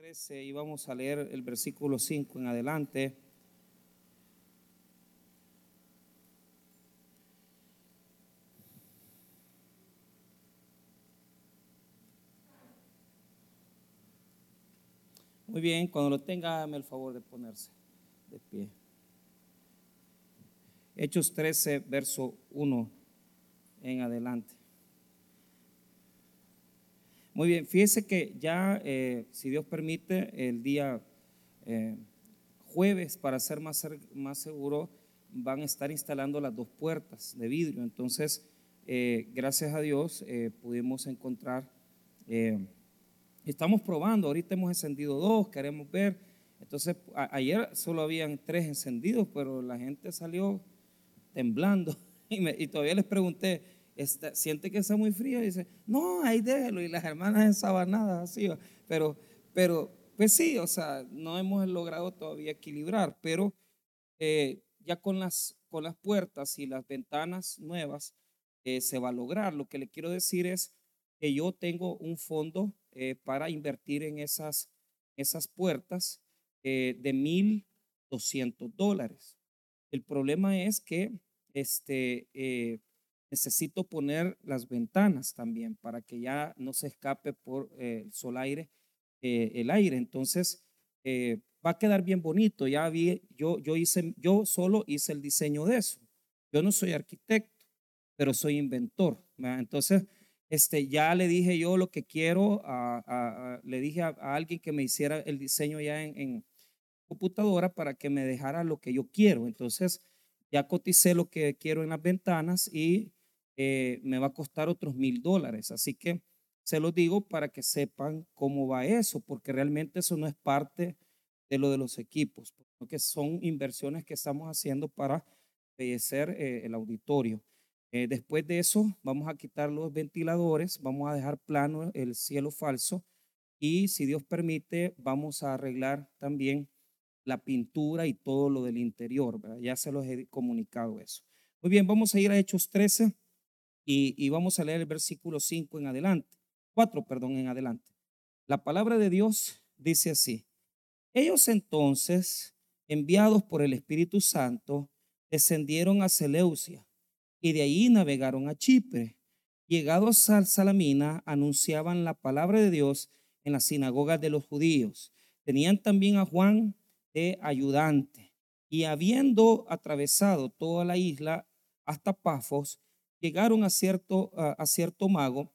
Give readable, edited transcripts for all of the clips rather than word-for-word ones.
13 y vamos a leer el versículo 5 en adelante. Muy bien, cuando lo tenga, hágame el favor de ponerse de pie. Hechos 13, verso 1 en adelante. Muy bien, fíjese que ya, si Dios permite, el día jueves, para ser más seguro, van a estar instalando las dos puertas de vidrio. Entonces, gracias a Dios, pudimos encontrar, estamos probando, ahorita hemos encendido dos, queremos ver. Entonces, ayer solo habían 3 encendidos, pero la gente salió temblando y todavía les pregunté, ¿siente que está muy frío? Y dice, no, ahí déjelo. Y las hermanas ensabanadas así, pero pues sí, o sea, no hemos logrado todavía equilibrar, pero ya con las puertas y las ventanas nuevas se va a lograr. Lo que le quiero decir es que yo tengo un fondo para invertir en esas puertas de $1,200. El problema es que necesito poner las ventanas también para que ya no se escape por el sol aire, el aire. Entonces, va a quedar bien bonito. Yo solo hice el diseño de eso. Yo no soy arquitecto, pero soy inventor, ¿verdad? Entonces, ya le dije yo lo que quiero, le dije a alguien que me hiciera el diseño ya en computadora para que me dejara lo que yo quiero. Entonces, ya coticé lo que quiero en las ventanas y me va a costar otros $1,000. Así que se los digo para que sepan cómo va eso, porque realmente eso no es parte de lo de los equipos, porque son inversiones que estamos haciendo para embellecer el auditorio. Después de eso, vamos a quitar los ventiladores, vamos a dejar plano el cielo falso y, si Dios permite, vamos a arreglar también la pintura y todo lo del interior, ¿verdad? Ya se los he comunicado eso. Muy bien, vamos a ir a Hechos 13 y vamos a leer el versículo 5 en adelante, 4, perdón, en adelante. La palabra de Dios dice así: ellos entonces, enviados por el Espíritu Santo, descendieron a Seleucia y de ahí navegaron a Chipre. Llegados a Salamina, anunciaban la palabra de Dios en las sinagogas de los judíos. Tenían también a Juan de ayudante. Y habiendo atravesado toda la isla hasta Pafos, llegaron a cierto mago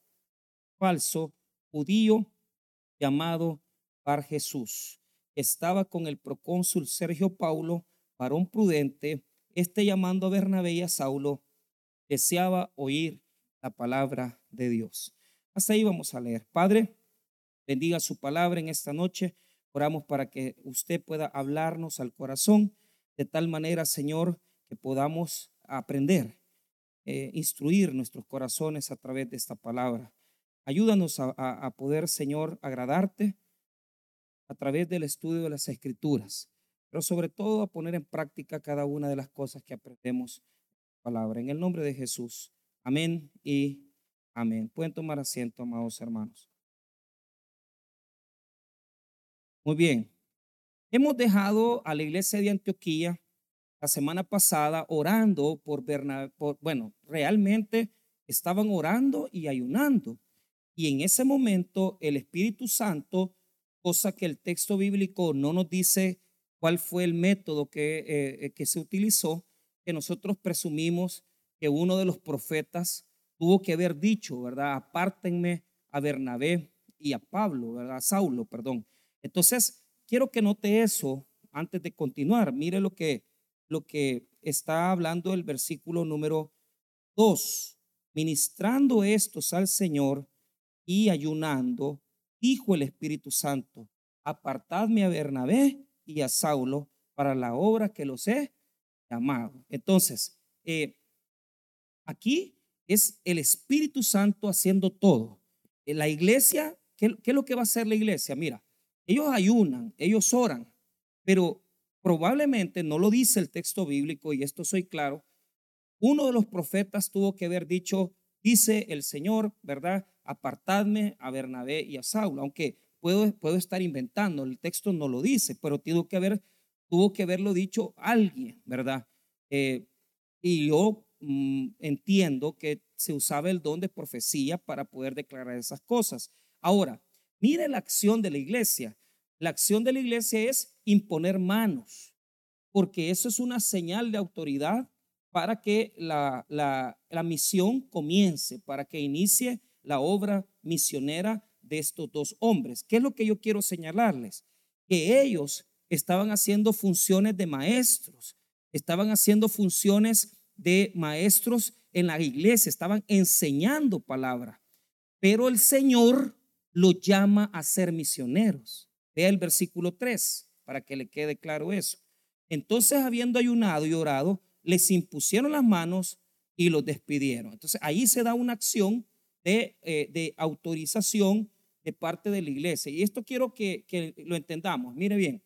falso judío llamado Bar Jesús. Estaba con el procónsul Sergio Paulo, varón prudente. Llamando a Bernabé y a Saulo, deseaba oír la palabra de Dios. Hasta ahí vamos a leer. Padre, bendiga su palabra en esta noche. Oramos para que usted pueda hablarnos al corazón de tal manera, Señor, que podamos aprender, instruir nuestros corazones a través de esta palabra. Ayúdanos a poder, Señor, agradarte a través del estudio de las Escrituras, pero sobre todo a poner en práctica cada una de las cosas que aprendemos en la palabra. En el nombre de Jesús. Amén y amén. Pueden tomar asiento, amados hermanos. Muy bien. Hemos dejado a la iglesia de Antioquía la semana pasada orando por Bernabé. Bueno, realmente estaban orando y ayunando. Y en ese momento el Espíritu Santo, cosa que el texto bíblico no nos dice cuál fue el método que se utilizó, que nosotros presumimos que uno de los profetas tuvo que haber dicho, ¿verdad? Apártenme a Bernabé y a Pablo, ¿verdad? A Saulo, perdón. Entonces, quiero que note eso antes de continuar. Mire lo que está hablando el versículo número 2. Ministrando estos al Señor y ayunando, dijo el Espíritu Santo: apartadme a Bernabé y a Saulo para la obra que los he llamado. Entonces, aquí es el Espíritu Santo haciendo todo. La iglesia, ¿qué es lo que va a hacer la iglesia? Mira, ellos ayunan, ellos oran, pero probablemente no lo dice el texto bíblico, y esto soy claro. Uno de los profetas tuvo que haber dicho: dice el Señor, ¿verdad? Apartadme a Bernabé y a Saulo. Aunque puedo estar inventando, el texto no lo dice, pero tuvo que haberlo dicho alguien, ¿verdad? Y yo entiendo que se usaba el don de profecía para poder declarar esas cosas. Ahora, mire la acción de la iglesia. La acción de la iglesia es imponer manos, porque eso es una señal de autoridad para que la misión comience, para que inicie la obra misionera de estos dos hombres. ¿Qué es lo que yo quiero señalarles? Que ellos estaban haciendo funciones de maestros, estaban haciendo funciones de maestros en la iglesia, estaban enseñando palabra, pero el Señor los llama a ser misioneros. Vea el versículo 3 para que le quede claro eso. Entonces, habiendo ayunado y orado, les impusieron las manos y los despidieron. Entonces, ahí se da una acción de autorización de parte de la iglesia. Y esto quiero que lo entendamos. Mire bien,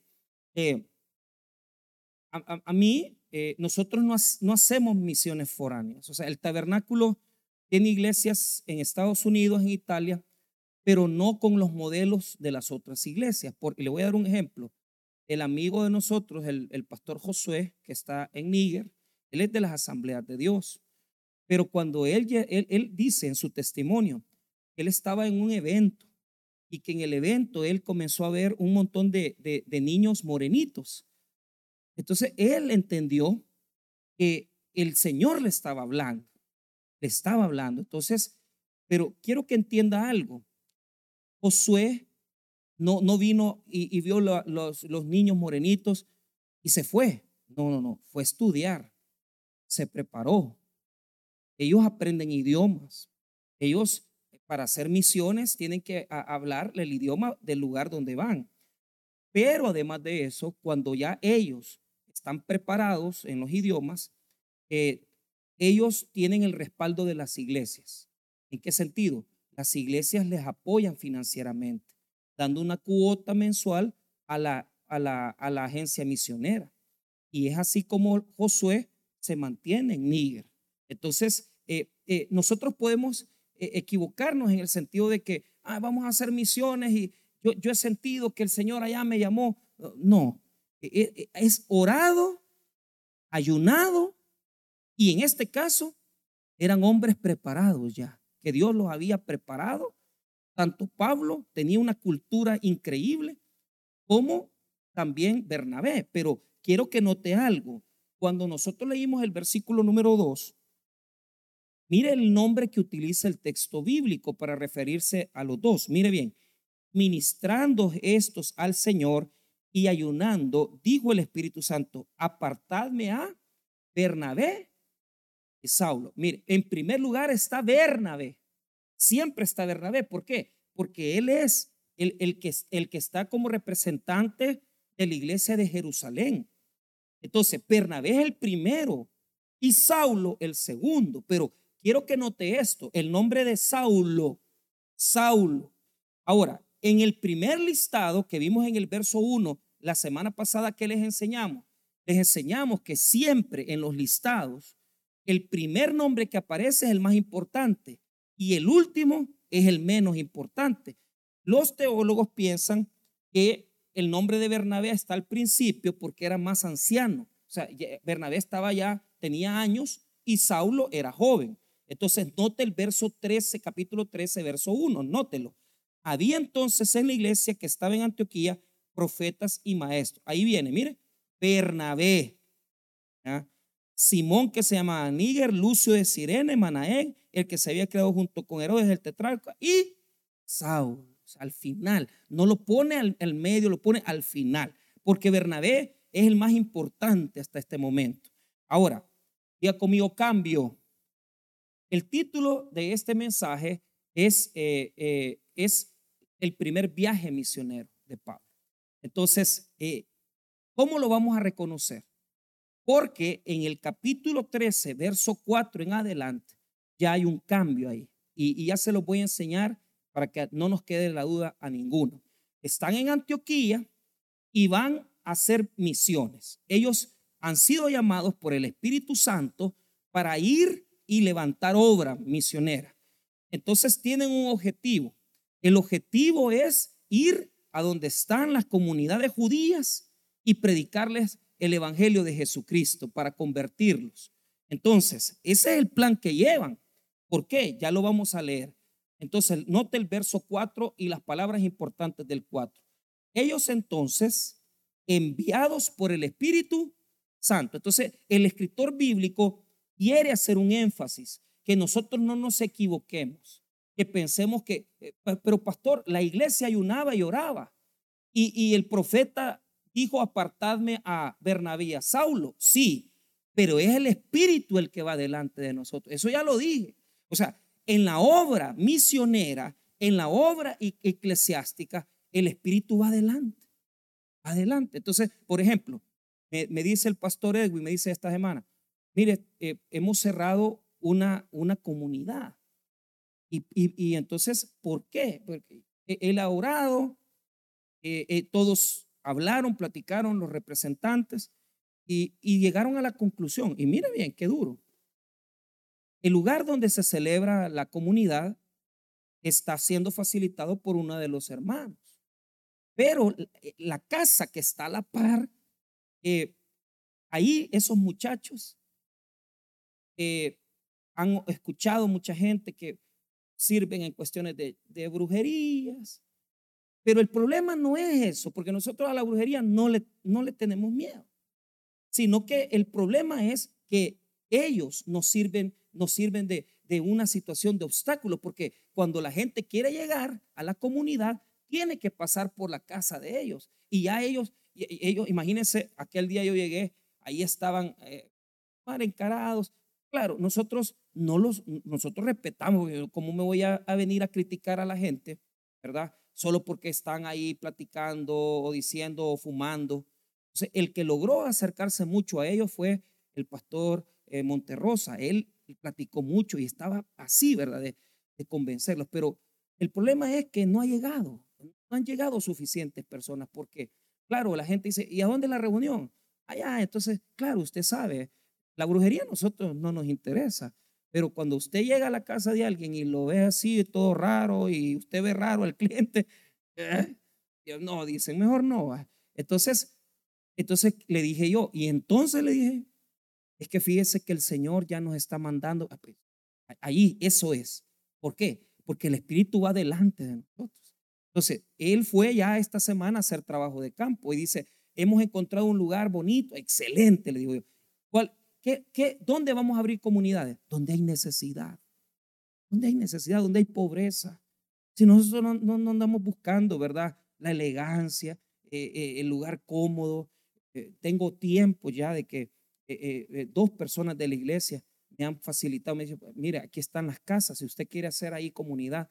a mí, nosotros no hacemos misiones foráneas. O sea, el tabernáculo tiene iglesias en Estados Unidos, en Italia, pero no con los modelos de las otras iglesias. Porque le voy a dar un ejemplo. El amigo de nosotros, el pastor Josué, que está en Níger, él es de las Asambleas de Dios. Pero cuando él dice en su testimonio que él estaba en un evento y que en el evento él comenzó a ver un montón de niños morenitos. Entonces él entendió que el Señor le estaba hablando, le estaba hablando. Entonces, pero quiero que entienda algo. Josué no vino y vio los niños morenitos y se fue. No, fue a estudiar, se preparó. Ellos aprenden idiomas. Ellos, para hacer misiones, tienen que hablar el idioma del lugar donde van. Pero además de eso, cuando ya ellos están preparados en los idiomas, ellos tienen el respaldo de las iglesias. ¿En qué sentido? Las iglesias les apoyan financieramente, dando una cuota mensual a la agencia misionera. Y es así como Josué se mantiene en Níger. Entonces, nosotros podemos equivocarnos en el sentido de que vamos a hacer misiones y yo he sentido que el Señor allá me llamó. No, es orado, ayunado, y en este caso eran hombres preparados ya, que Dios los había preparado. Tanto Pablo tenía una cultura increíble como también Bernabé. Pero quiero que note algo. Cuando nosotros leímos el versículo número 2, mire el nombre que utiliza el texto bíblico para referirse a los dos. Mire bien, ministrando estos al Señor y ayunando, dijo el Espíritu Santo, apartadme a Bernabé y Saulo. Mire, en primer lugar está Bernabé. Siempre está Bernabé. ¿Por qué? Porque él es el que está como representante de la iglesia de Jerusalén. Entonces, Bernabé es el primero y Saulo el segundo. Pero quiero que note esto, el nombre de Saulo. Ahora, en el primer listado que vimos en el verso 1, la semana pasada, que les enseñamos que siempre en los listados, el primer nombre que aparece es el más importante y el último es el menos importante. Los teólogos piensan que el nombre de Bernabé está al principio porque era más anciano. O sea, Bernabé tenía años y Saulo era joven. Entonces, note el verso 13, capítulo 13, verso 1, nótelo. Había entonces en la iglesia que estaba en Antioquía profetas y maestros. Ahí viene, mire, Bernabé, ¿ya? Simón, que se llamaba Níger, Lucio de Cirene, Manaén, el que se había creado junto con Herodes el tetrarca, y Saulo. O sea, al final, no lo pone al medio, lo pone al final, porque Bernabé es el más importante hasta este momento. Ahora, diga conmigo, cambio. El título de este mensaje es el primer viaje misionero de Pablo. Entonces, ¿cómo lo vamos a reconocer? Porque en el capítulo 13, verso 4 en adelante, ya hay un cambio ahí. Y ya se los voy a enseñar para que no nos quede la duda a ninguno. Están en Antioquía y van a hacer misiones. Ellos han sido llamados por el Espíritu Santo para ir y levantar obra misionera. Entonces tienen un objetivo. El objetivo es ir a donde están las comunidades judías y predicarles el evangelio de Jesucristo para convertirlos. Entonces, ese es el plan que llevan. ¿Por qué? Ya lo vamos a leer. Entonces, note el verso 4 y las palabras importantes del 4. Ellos entonces, enviados por el Espíritu Santo. Entonces, el escritor bíblico quiere hacer un énfasis, que nosotros no nos equivoquemos, que pensemos que, pero pastor, la iglesia ayunaba y oraba. Y el profeta dijo: apartadme a Bernabé y a Saulo. Sí, pero es el Espíritu el que va delante de nosotros. Eso ya lo dije. O sea, en la obra misionera, en la obra eclesiástica, el Espíritu va adelante. Adelante. Entonces, por ejemplo, me dice el pastor Edwin, me dice esta semana: mire, hemos cerrado una comunidad. Y entonces, ¿por qué? Porque él ha orado, todos hablaron, platicaron los representantes y llegaron a la conclusión. Y mire bien, qué duro. El lugar donde se celebra la comunidad está siendo facilitado por uno de los hermanos, pero la casa que está a la par, ahí esos muchachos han escuchado mucha gente que sirven en cuestiones de brujerías, pero el problema no es eso, porque nosotros a la brujería no le tenemos miedo, sino que el problema es que ellos nos sirven de una situación de obstáculo, porque cuando la gente quiere llegar a la comunidad, tiene que pasar por la casa de ellos. Y ya ellos, imagínense, aquel día yo llegué, ahí estaban mal encarados. Claro, nosotros respetamos. ¿Cómo me voy a venir a criticar a la gente, verdad? Solo porque están ahí platicando o diciendo o fumando. Entonces, el que logró acercarse mucho a ellos fue el pastor Monterrosa. Él platicó mucho y estaba así, ¿verdad? De convencerlos. Pero el problema es que no han llegado suficientes personas, porque, claro, la gente dice: ¿y a dónde es la reunión? Allá. Entonces, claro, usted sabe, la brujería a nosotros no nos interesa, pero cuando usted llega a la casa de alguien y lo ve así, todo raro, y usted ve raro al cliente, ¿eh? No, dicen, mejor no. Entonces le dije yo, y entonces le dije: es que fíjese que el Señor ya nos está mandando. Ahí, eso es. ¿Por qué? Porque el Espíritu va delante de nosotros. Entonces, él fue ya esta semana a hacer trabajo de campo y dice: hemos encontrado un lugar bonito, excelente, le digo yo. ¿Dónde vamos a abrir comunidades? Donde hay necesidad, donde hay pobreza. Si nosotros no andamos buscando, ¿verdad?, la elegancia, el lugar cómodo. Tengo tiempo ya de que dos personas de la iglesia me han facilitado, me dicen: mire, aquí están las casas, si usted quiere hacer ahí comunidad.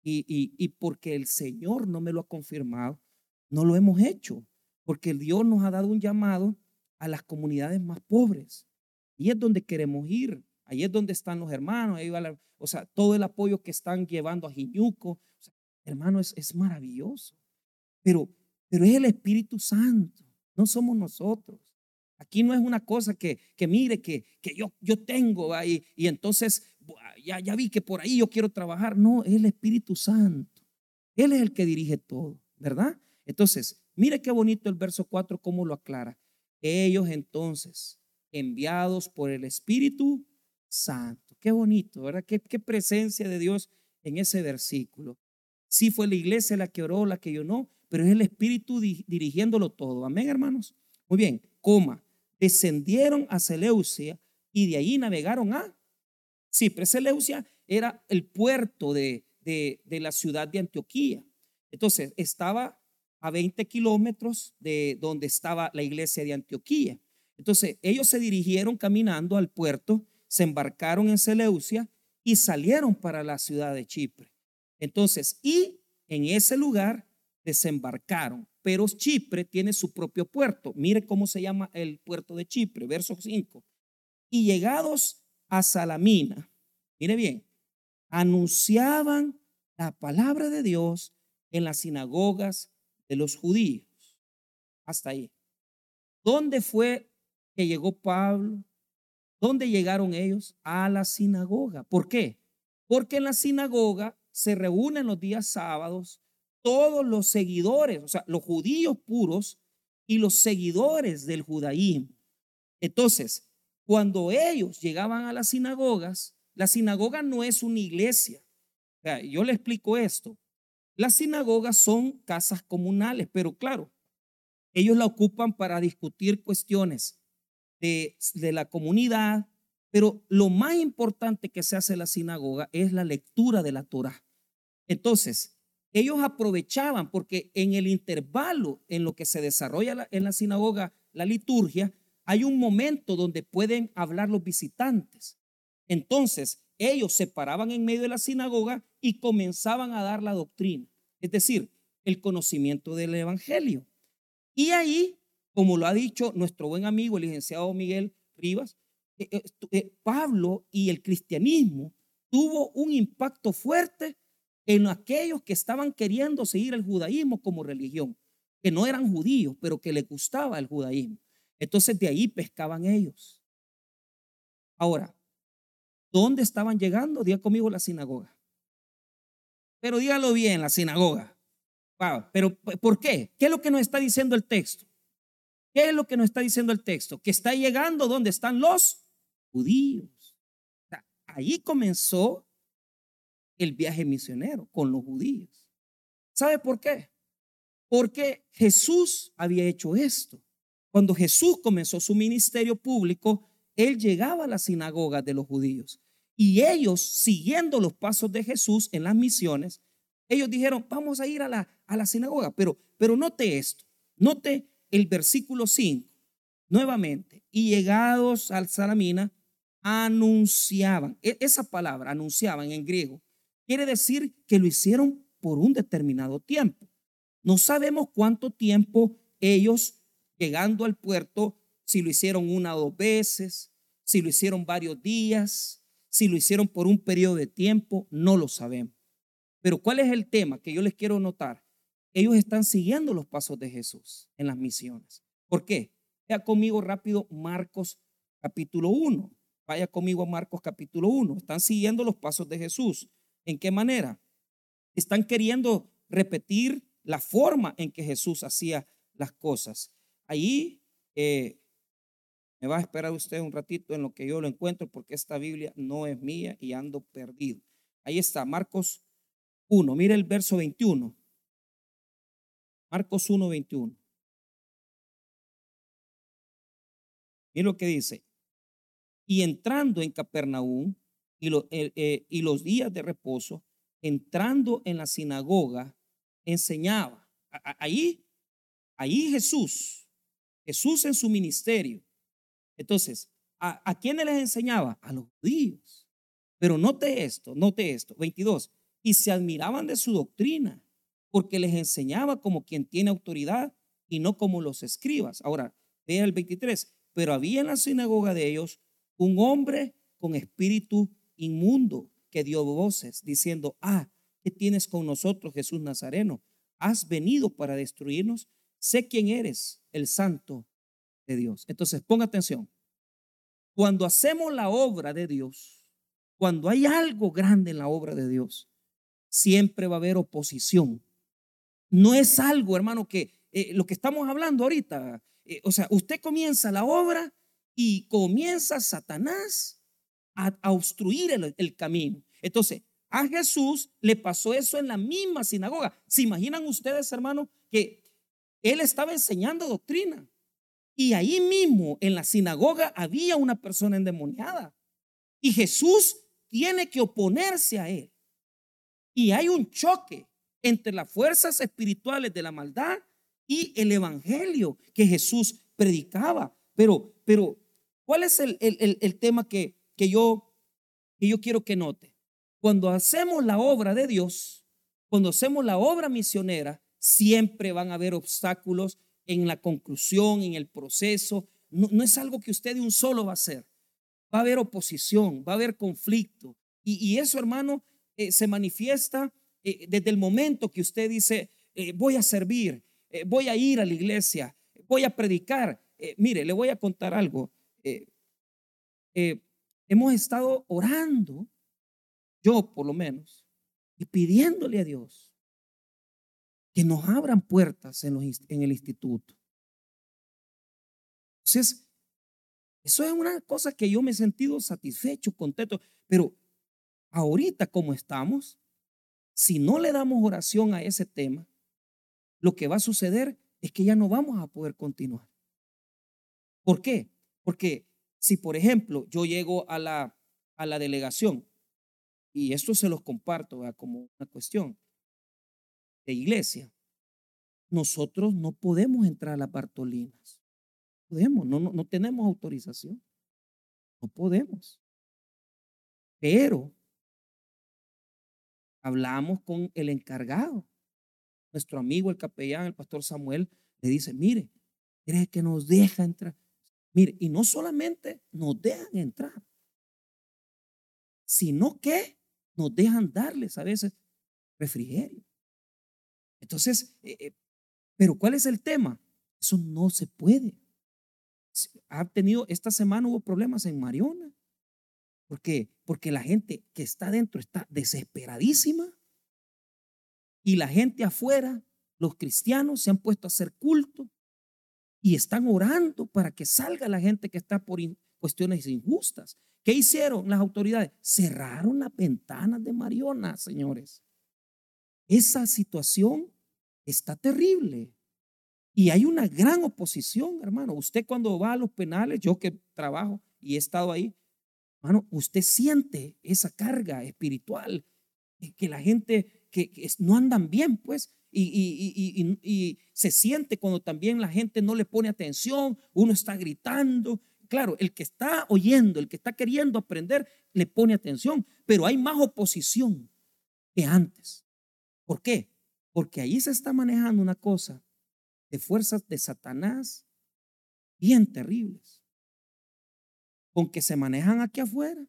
Y porque el Señor no me lo ha confirmado, no lo hemos hecho, porque Dios nos ha dado un llamado a las comunidades más pobres. Y es donde queremos ir. Ahí es donde están los hermanos. Ahí va o sea, todo el apoyo que están llevando a Jiñuco. O sea, hermano, es maravilloso. Pero es el Espíritu Santo, no somos nosotros. Aquí no es una cosa que mire, que yo tengo ahí y entonces ya vi que por ahí yo quiero trabajar. No, es el Espíritu Santo. Él es el que dirige todo, ¿verdad? Entonces, mire qué bonito el verso 4, cómo lo aclara. Ellos entonces, enviados por el Espíritu Santo. Qué bonito, ¿verdad? Qué presencia de Dios en ese versículo. Sí fue la iglesia la que oró, la que ayunó, pero es el Espíritu dirigiéndolo todo. Amén, hermanos. Muy bien, descendieron a Seleucia y de ahí navegaron a Chipre. Seleucia era el puerto de la ciudad de Antioquía. Entonces estaba a 20 kilómetros de donde estaba la iglesia de Antioquía. Entonces ellos se dirigieron caminando al puerto, se embarcaron en Seleucia y salieron para la ciudad de Chipre. Entonces, y en ese lugar desembarcaron, pero Chipre tiene su propio puerto. Mire cómo se llama el puerto de Chipre, verso 5. Y llegados a Salamina, mire bien, anunciaban la palabra de Dios en las sinagogas de los judíos. Hasta ahí. ¿Dónde fue que llegó Pablo? ¿Dónde llegaron ellos? A la sinagoga. ¿Por qué? Porque en la sinagoga se reúnen los días sábados todos los seguidores, o sea, los judíos puros y los seguidores del judaísmo. Entonces, cuando ellos llegaban a las sinagogas, la sinagoga no es una iglesia. O sea, yo le explico esto. Las sinagogas son casas comunales, pero claro, ellos la ocupan para discutir cuestiones de la comunidad, pero lo más importante que se hace en la sinagoga es la lectura de la Torá. Entonces, ellos aprovechaban porque en el intervalo en lo que se desarrolla en la sinagoga, la liturgia, hay un momento donde pueden hablar los visitantes. Entonces, ellos se paraban en medio de la sinagoga y comenzaban a dar la doctrina, es decir, el conocimiento del evangelio. Y ahí, como lo ha dicho nuestro buen amigo, el licenciado Miguel Rivas, Pablo y el cristianismo tuvo un impacto fuerte en aquellos que estaban queriendo seguir el judaísmo como religión, que no eran judíos, pero que les gustaba el judaísmo. Entonces de ahí pescaban ellos. Ahora, ¿dónde estaban llegando? Diga conmigo, la sinagoga. Pero dígalo bien, la sinagoga. Wow, pero ¿por qué? ¿Qué es lo que nos está diciendo el texto? ¿Qué es lo que nos está diciendo el texto? Que está llegando donde están los judíos. O sea, ahí comenzó el viaje misionero con los judíos. ¿Sabe por qué? Porque Jesús había hecho esto. Cuando Jesús comenzó su ministerio público, él llegaba a las sinagogas de los judíos y ellos, siguiendo los pasos de Jesús en las misiones, ellos dijeron, vamos a ir a la sinagoga, pero note esto, note el versículo 5, nuevamente, y llegados al Salamina, anunciaban, esa palabra, anunciaban en griego, quiere decir que lo hicieron por un determinado tiempo. No sabemos cuánto tiempo ellos, llegando al puerto, si lo hicieron una o dos veces, si lo hicieron varios días, si lo hicieron por un periodo de tiempo, no lo sabemos. Pero ¿cuál es el tema que yo les quiero notar? Ellos están siguiendo los pasos de Jesús en las misiones. ¿Por qué? Vaya conmigo rápido Marcos capítulo 1. Vaya conmigo a Marcos capítulo 1. Están siguiendo los pasos de Jesús. ¿En qué manera? Están queriendo repetir la forma en que Jesús hacía las cosas. Ahí me va a esperar usted un ratito en lo que yo lo encuentro, porque esta Biblia no es mía y ando perdido. Ahí está, Marcos 1. Mire el verso 21. Marcos 1, 21. Mire lo que dice. Y entrando en Capernaum y los días de reposo, entrando en la sinagoga, enseñaba. Ahí Jesús en su ministerio. Entonces, ¿a quiénes les enseñaba? A los judíos. Pero note esto, 22. Y se admiraban de su doctrina, porque les enseñaba como quien tiene autoridad y no como los escribas. Ahora, vea el 23. Pero había en la sinagoga de ellos un hombre con espíritu inmundo que dio voces diciendo, ¿qué tienes con nosotros, Jesús Nazareno? ¿Has venido para destruirnos? Sé quién eres, el santo de Dios. Entonces, ponga atención. Cuando hacemos la obra de Dios, cuando hay algo grande en la obra de Dios, siempre va a haber oposición. No es algo, hermano, que lo que estamos hablando ahorita, o sea, usted comienza la obra y comienza Satanás a obstruir el camino. Entonces, a Jesús le pasó eso en la misma sinagoga. ¿Se imaginan ustedes, hermano, que él estaba enseñando doctrina? Y ahí mismo en la sinagoga había una persona endemoniada y Jesús tiene que oponerse a él. Y hay un choque entre las fuerzas espirituales de la maldad y el evangelio que Jesús predicaba. Pero ¿cuál es el tema que yo quiero que note? Cuando hacemos la obra de Dios, cuando hacemos la obra misionera, siempre van a haber obstáculos en la conclusión, en el proceso. No es algo que usted de un solo va a hacer. Va a haber oposición, va a haber conflicto. Y eso, hermano, se manifiesta desde el momento que usted dice, voy a servir, voy a ir a la iglesia, voy a predicar. Mire, le voy a contar algo. Hemos estado orando, yo por lo menos, y pidiéndole a Dios que nos abran puertas en el instituto. Entonces, eso es una cosa que yo me he sentido satisfecho, contento, pero ahorita como estamos, si no le damos oración a ese tema, lo que va a suceder es que ya no vamos a poder continuar. ¿Por qué? Porque si, por ejemplo, yo llego a la delegación, y esto se los comparto, ¿verdad?, como una cuestión de iglesia, nosotros no podemos entrar a las Bartolinas. No tenemos autorización, no podemos. Pero hablamos con el encargado, nuestro amigo, el capellán, el pastor Samuel, le dice, mire, ¿cree que nos deja entrar? Mire, y no solamente nos dejan entrar, sino que nos dejan darles a veces refrigerio. Entonces, pero ¿cuál es el tema? Eso no se puede. Esta semana hubo problemas en Mariona. ¿Por qué? Porque la gente que está dentro está desesperadísima y la gente afuera, los cristianos, se han puesto a hacer culto y están orando para que salga la gente que está por cuestiones injustas. ¿Qué hicieron las autoridades? Cerraron las ventanas de Mariona, señores. Esa situación está terrible y hay una gran oposición, hermano. Usted cuando va a los penales, yo que trabajo y he estado ahí, hermano, usted siente esa carga espiritual, que la gente que no andan bien, pues, y se siente cuando también la gente no le pone atención, uno está gritando. Claro, el que está oyendo, el que está queriendo aprender, le pone atención, pero hay más oposición que antes. ¿Por qué? Porque ahí se está manejando una cosa de fuerzas de Satanás bien terribles, con que se manejan aquí afuera,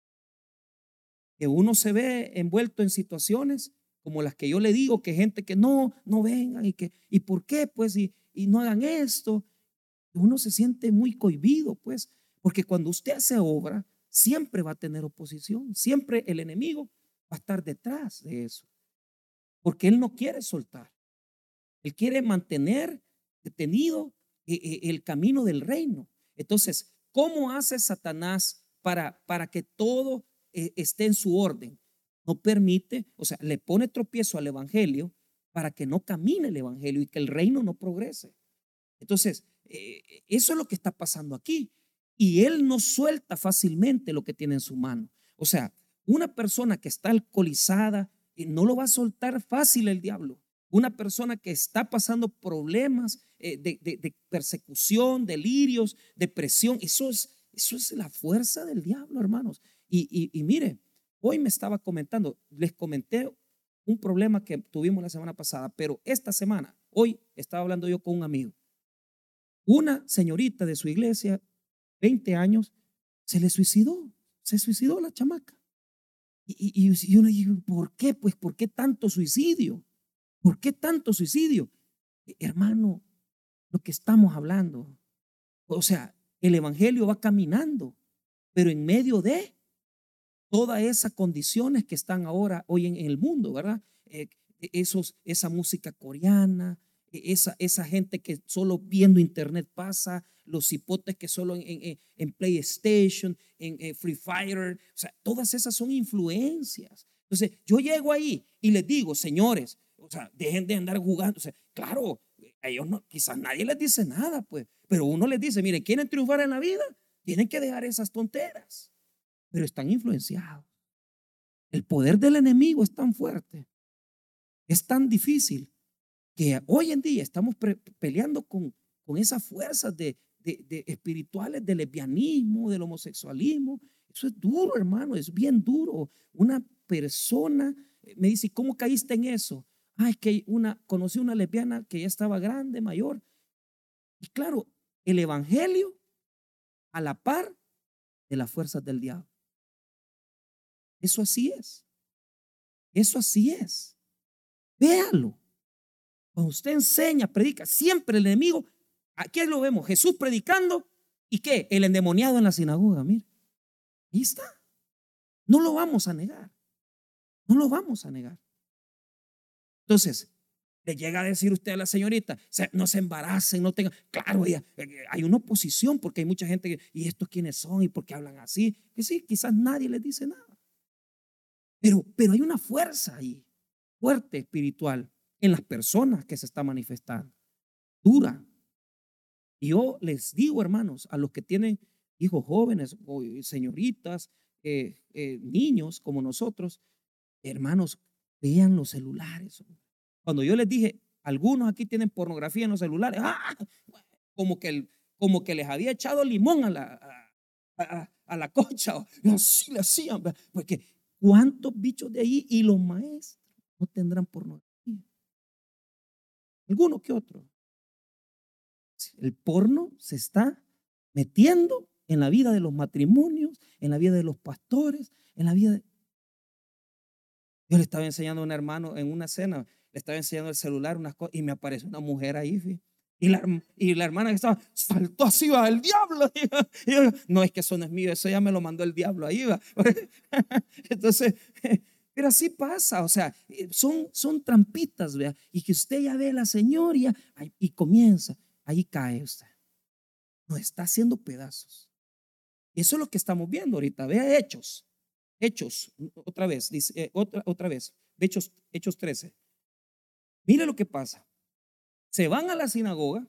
que uno se ve envuelto en situaciones como las que yo le digo, que gente que no vengan y por qué pues y no hagan esto. Uno se siente muy cohibido, pues, porque cuando usted hace obra siempre va a tener oposición, siempre el enemigo va a estar detrás de eso, porque él no quiere soltar, él quiere mantener detenido el camino del reino. Entonces, ¿cómo hace Satanás para que todo esté en su orden? No permite, o sea, le pone tropiezo al evangelio para que no camine el evangelio y que el reino no progrese. Entonces, eso es lo que está pasando aquí. Y él no suelta fácilmente lo que tiene en su mano. O sea, una persona que está alcoholizada, no lo va a soltar fácil el diablo. Una persona que está pasando problemas de persecución, delirios, depresión, eso es la fuerza del diablo, hermanos. Y mire, hoy me estaba comentando, les comenté un problema que tuvimos la semana pasada, pero esta semana, hoy estaba hablando yo con un amigo. Una señorita de su iglesia, 20 años, se suicidó la chamaca. Y uno dice, ¿por qué? Pues, ¿por qué tanto suicidio? ¿Por qué tanto suicidio? Hermano, lo que estamos hablando, o sea, el evangelio va caminando, pero en medio de todas esas condiciones que están ahora hoy en el mundo, ¿verdad? Esa música coreana, esa gente que solo viendo internet pasa, los hipotes que solo en PlayStation, en Free Fire, o sea, todas esas son influencias. Entonces, yo llego ahí y les digo, señores, o sea, dejen de andar jugando. O sea, claro, a ellos no, quizás nadie les dice nada, pues, pero uno les dice, miren, quieren triunfar en la vida, tienen que dejar esas tonteras, pero están influenciados. El poder del enemigo es tan fuerte, es tan difícil, que hoy en día estamos peleando con esas fuerzas de espirituales del lesbianismo, del homosexualismo. Eso es duro, hermano, es bien duro. Una persona me dice, ¿cómo caíste en eso? Es que conocí una lesbiana que ya estaba grande, mayor. Y claro, el evangelio a la par de las fuerzas del diablo. Eso así es. Eso así es. Véalo. Cuando usted enseña, predica, siempre el enemigo, aquí lo vemos, Jesús predicando y ¿qué? El endemoniado en la sinagoga, mira, ahí está. No lo vamos a negar, no lo vamos a negar. Entonces, Le llega a decir usted a la señorita, no se embaracen, no tengan. Claro, hay una oposición porque hay mucha gente que, ¿y estos quiénes son? ¿Y por qué hablan así? Que sí, quizás nadie les dice nada. Pero hay una fuerza ahí, fuerte espiritual, en las personas que se está manifestando, dura. Y yo les digo, hermanos, a los que tienen hijos jóvenes o señoritas, niños como nosotros, hermanos, vean los celulares. Cuando yo les dije, algunos aquí tienen pornografía en los celulares, como que les había echado limón a la concha, y así le hacían, porque cuántos bichos de ahí, y los maestros no tendrán pornografía, algunos que otros. El porno se está metiendo en la vida de los matrimonios, en la vida de los pastores, en la vida de... Yo le estaba enseñando a un hermano en una cena, le estaba enseñando el celular, unas cosas, y me apareció una mujer ahí, y la hermana que estaba, saltó así, va, el diablo. Y yo, no, es que eso no es mío, eso ya me lo mandó el diablo ahí, va. Entonces, pero así pasa, o sea, son trampitas, vea, y que usted ya ve a la señora y comienza, ahí cae usted, nos está haciendo pedazos. Eso es lo que estamos viendo ahorita, vea Hechos, otra vez, dice, otra vez, Hechos 13. Mire lo que pasa. Se van a la sinagoga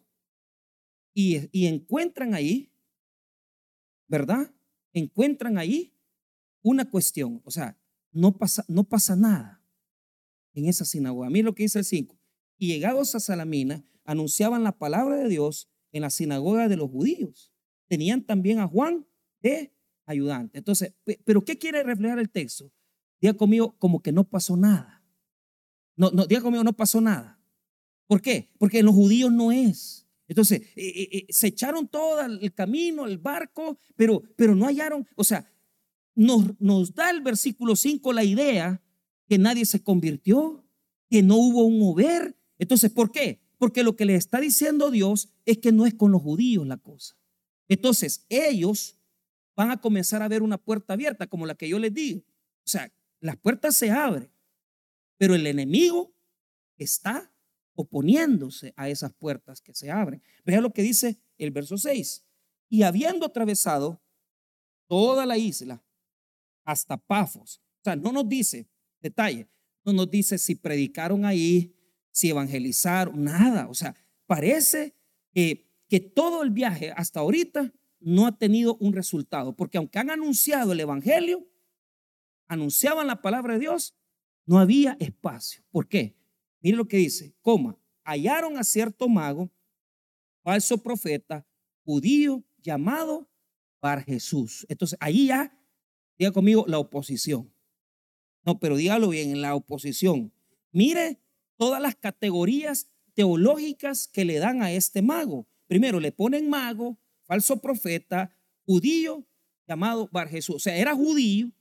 y encuentran ahí, ¿verdad? Encuentran ahí una cuestión, o sea, no pasa nada en esa sinagoga. Mire lo que dice el 5. Y llegados a Salamina, anunciaban la palabra de Dios en la sinagoga de los judíos. Tenían también a Juan de ayudante. Entonces, ¿pero qué quiere reflejar el texto? Diga conmigo, como que no pasó nada. No, diga conmigo, no pasó nada. ¿Por qué? Porque en los judíos no es. Entonces, se echaron todo el camino, el barco, pero no hallaron. O sea, nos da el versículo 5 la idea que nadie se convirtió, que no hubo un mover. Entonces, ¿por qué? Porque lo que le está diciendo Dios es que no es con los judíos la cosa. Entonces, ellos van a comenzar a ver una puerta abierta como la que yo les digo. O sea, las puertas se abren, pero el enemigo está oponiéndose a esas puertas que se abren. Vea lo que dice el verso 6. Y habiendo atravesado toda la isla hasta Pafos, o sea, no nos dice detalle, no nos dice si predicaron ahí, si evangelizaron, nada. O sea, parece que todo el viaje hasta ahorita no ha tenido un resultado, porque aunque han anunciado el evangelio, anunciaban la palabra de Dios, no había espacio. ¿Por qué? Mire lo que dice, hallaron a cierto mago, falso profeta, judío, llamado Bar Jesús. Entonces, ahí ya, diga conmigo, la oposición. No, pero dígalo bien, en la oposición. Mire todas las categorías teológicas que le dan a este mago. Primero, le ponen mago, falso profeta, judío, llamado Bar Jesús. O sea, era judío,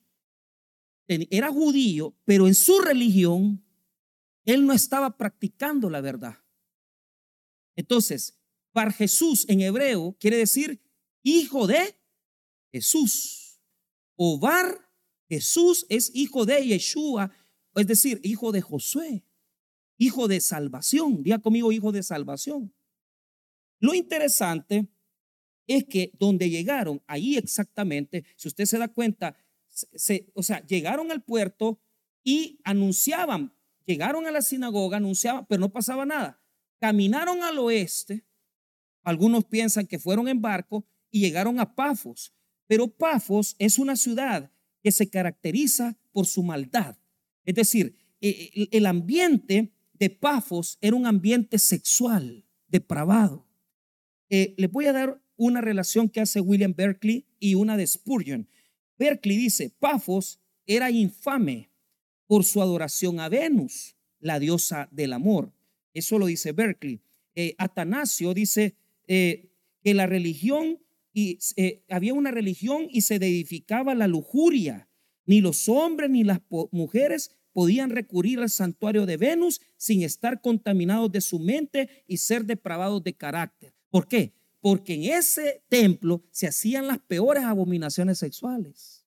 pero en su religión él no estaba practicando la verdad. Entonces, Bar Jesús en hebreo quiere decir hijo de Jesús. O Bar Jesús es hijo de Yeshua, es decir, hijo de Josué, hijo de salvación. Diga conmigo, hijo de salvación. Lo interesante es que donde llegaron, ahí exactamente, si usted se da cuenta, o sea, llegaron al puerto y anunciaban, llegaron a la sinagoga, anunciaban, pero no pasaba nada. Caminaron al oeste, algunos piensan que fueron en barco y llegaron a Pafos, pero Pafos es una ciudad que se caracteriza por su maldad. Es decir, el ambiente de Pafos era un ambiente sexual, depravado. Les voy a dar una relación que hace William Berkeley y una de Spurgeon. Berkeley dice, Pafos era infame por su adoración a Venus, la diosa del amor. Eso lo dice Berkeley. Atanasio dice que la religión, había una religión y se edificaba la lujuria. Ni los hombres ni las mujeres podían recurrir al santuario de Venus sin estar contaminados de su mente y ser depravados de carácter. ¿Por qué? Porque en ese templo se hacían las peores abominaciones sexuales.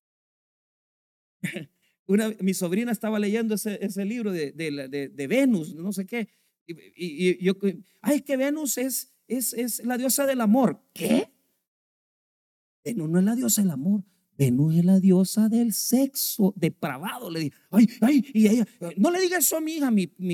Mi sobrina estaba leyendo ese libro de Venus, no sé qué, Ay, que Venus es la diosa del amor. ¿Qué? Venus no es la diosa del amor. Venus es la diosa del sexo depravado. Le dije, ay, ay, y ella, no le diga eso a mi hija,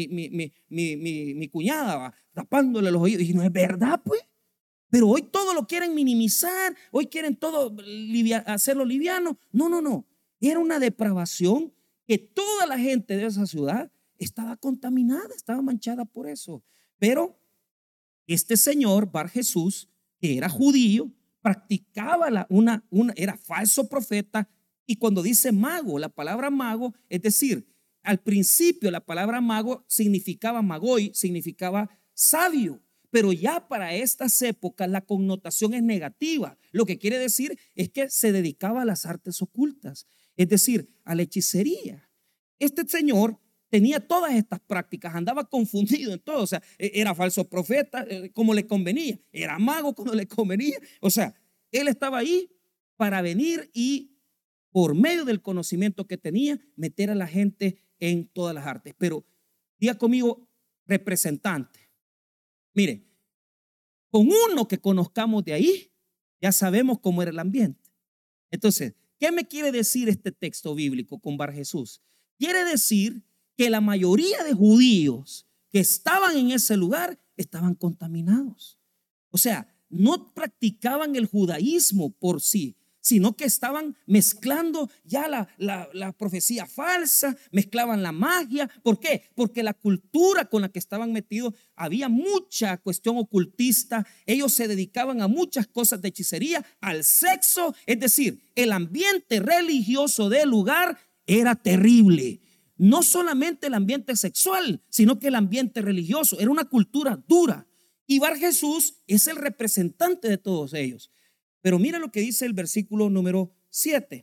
mi cuñada, va, tapándole los oídos. Y no es verdad, pues. Pero hoy todo lo quieren minimizar, hoy quieren todo hacerlo liviano. No, no, no. Era una depravación que toda la gente de esa ciudad estaba contaminada, estaba manchada por eso. Pero este señor, Bar Jesús, que era judío, practicaba era falso profeta. Y cuando dice mago, la palabra mago, es decir, al principio la palabra mago significaba magoi, significaba sabio. Pero ya para estas épocas la connotación es negativa. Lo que quiere decir es que se dedicaba a las artes ocultas, es decir, a la hechicería. Este señor tenía todas estas prácticas, andaba confundido en todo. O sea, era falso profeta como le convenía, era mago cuando le convenía. O sea, él estaba ahí para venir y por medio del conocimiento que tenía, meter a la gente en todas las artes. Pero diga conmigo, representante. Mire, con uno que conozcamos de ahí, ya sabemos cómo era el ambiente. Entonces, ¿qué me quiere decir este texto bíblico con Bar Jesús? Quiere decir que la mayoría de judíos que estaban en ese lugar estaban contaminados. O sea, no practicaban el judaísmo por sí, sino que estaban mezclando ya la profecía falsa, mezclaban la magia. ¿Por qué? Porque la cultura con la que estaban metidos, había mucha cuestión ocultista. Ellos se dedicaban a muchas cosas de hechicería, al sexo. Es decir, el ambiente religioso del lugar era terrible. No solamente el ambiente sexual, sino que el ambiente religioso. Era una cultura dura. Y Bar Jesús es el representante de todos ellos. Pero mira lo que dice el versículo número 7.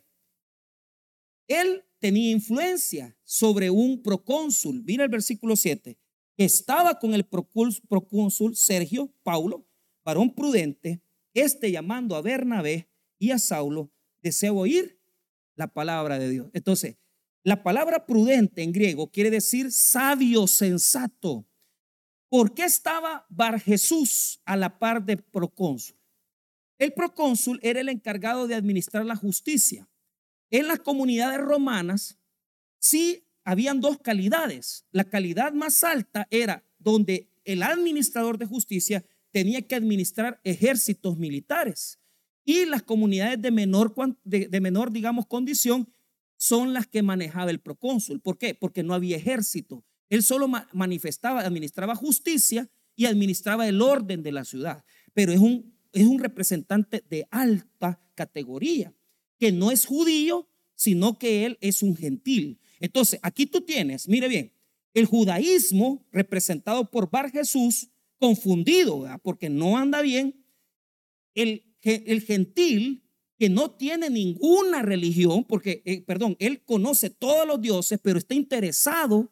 Él tenía influencia sobre un procónsul. Mira el versículo 7. Que estaba con el procónsul Sergio Paulo, varón prudente, llamando a Bernabé y a Saulo, desea oír la palabra de Dios. Entonces, la palabra prudente en griego quiere decir sabio, sensato. ¿Por qué estaba Bar Jesús a la par de procónsul? El procónsul era el encargado de administrar la justicia. En las comunidades romanas sí habían dos calidades. La calidad más alta era donde el administrador de justicia tenía que administrar ejércitos militares, y las comunidades de menor, digamos, condición son las que manejaba el procónsul. ¿Por qué? Porque no había ejército. Él solo administraba justicia y administraba el orden de la ciudad. Pero es un representante de alta categoría, que no es judío, sino que él es un gentil. Entonces, aquí tú tienes, mire bien, el judaísmo representado por Bar Jesús, confundido, ¿verdad? Porque no anda bien. El gentil, que no tiene ninguna religión, porque, él conoce todos los dioses, pero está interesado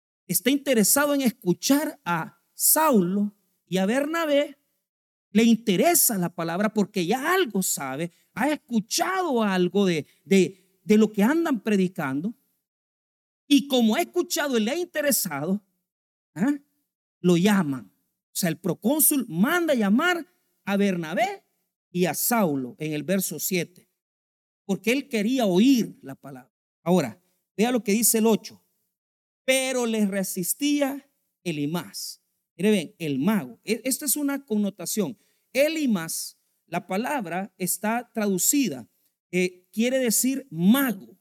en escuchar a Saulo y a Bernabé. Le interesa la palabra porque ya algo sabe, ha escuchado algo de lo que andan predicando, y como ha escuchado y le ha interesado, lo llaman. O sea, el procónsul manda llamar a Bernabé y a Saulo en el verso 7, porque él quería oír la palabra. Ahora, vea lo que dice el 8. Pero les resistía Elimas. Mire bien, el mago. Esta es una connotación. Elimas, la palabra está traducida, quiere decir mago,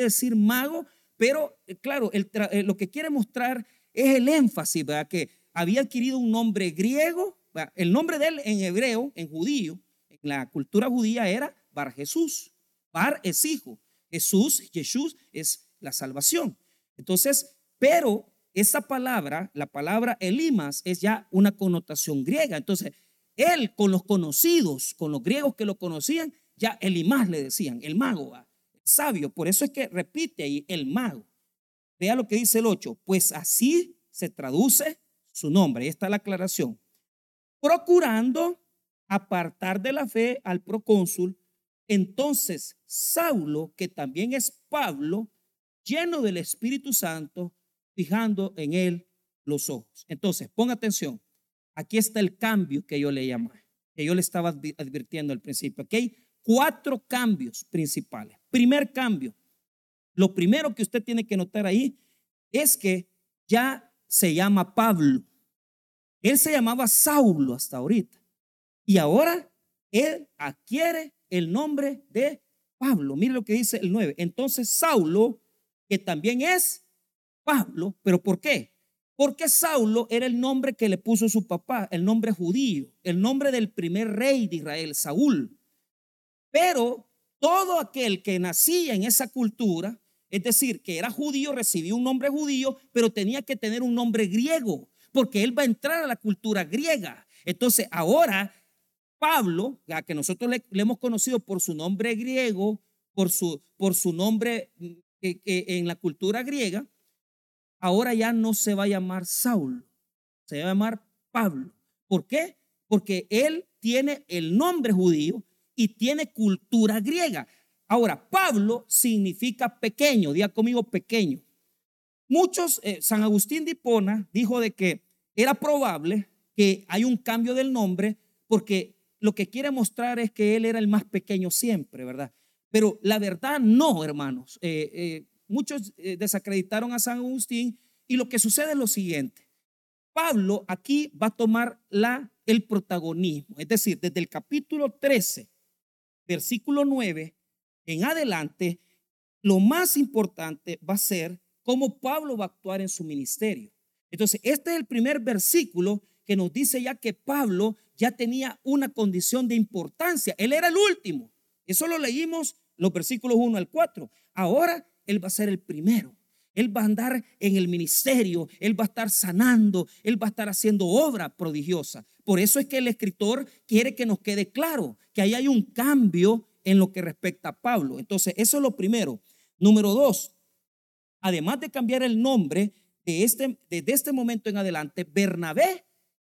pero claro, lo que quiere mostrar es el énfasis, ¿verdad? Que había adquirido un nombre griego, ¿verdad? El nombre de él en hebreo, en judío, en la cultura judía era Bar Jesús. Bar es hijo, Jesús es la salvación. Entonces, pero esa palabra, la palabra Elimas, es ya una connotación griega. Entonces, él con los conocidos, con los griegos que lo conocían, ya Elimas le decían, el mago, el sabio. Por eso es que repite ahí el mago. Vea lo que dice el 8. Pues así se traduce su nombre. Ahí está la aclaración. Procurando apartar de la fe al procónsul. Entonces Saulo, que también es Pablo, lleno del Espíritu Santo, fijando en él los ojos. Entonces, ponga atención. Aquí está el cambio que yo le llamé, que yo le estaba advirtiendo al principio. Aquí hay 4 cambios principales. Primer cambio, lo primero que usted tiene que notar ahí es que ya se llama Pablo. Él se llamaba Saulo hasta ahorita. Y ahora él adquiere el nombre de Pablo. Mire lo que dice el 9. Entonces Saulo, que también es Pablo, ¿pero por qué? Porque Saulo era el nombre que le puso su papá, el nombre judío, el nombre del primer rey de Israel, Saúl. Pero todo aquel que nacía en esa cultura, es decir, que era judío, recibía un nombre judío, pero tenía que tener un nombre griego, porque él va a entrar a la cultura griega. Entonces ahora Pablo, a que nosotros le hemos conocido por su nombre griego, por su nombre en la cultura griega, ahora ya no se va a llamar Saulo, se va a llamar Pablo. ¿Por qué? Porque él tiene el nombre judío y tiene cultura griega. Ahora, Pablo significa pequeño, diga conmigo pequeño. Muchos, San Agustín de Hipona dijo de que era probable que hay un cambio del nombre porque lo que quiere mostrar es que él era el más pequeño siempre, ¿verdad? Pero la verdad no, hermanos. Muchos desacreditaron a San Agustín y lo que sucede es lo siguiente. Pablo aquí va a tomar el protagonismo, es decir, desde el capítulo 13, versículo 9 en adelante, lo más importante va a ser cómo Pablo va a actuar en su ministerio. Entonces, este es el primer versículo que nos dice ya que Pablo ya tenía una condición de importancia. Él era el último. Eso lo leímos los versículos 1 al 4. Ahora él va a ser el primero. Él va a andar en el ministerio, él va a estar sanando, él va a estar haciendo obra prodigiosa. Por eso es que el escritor quiere que nos quede claro que ahí hay un cambio en lo que respecta a Pablo. Entonces, eso es lo primero. Número 2, además de cambiar el nombre, desde este momento en adelante, Bernabé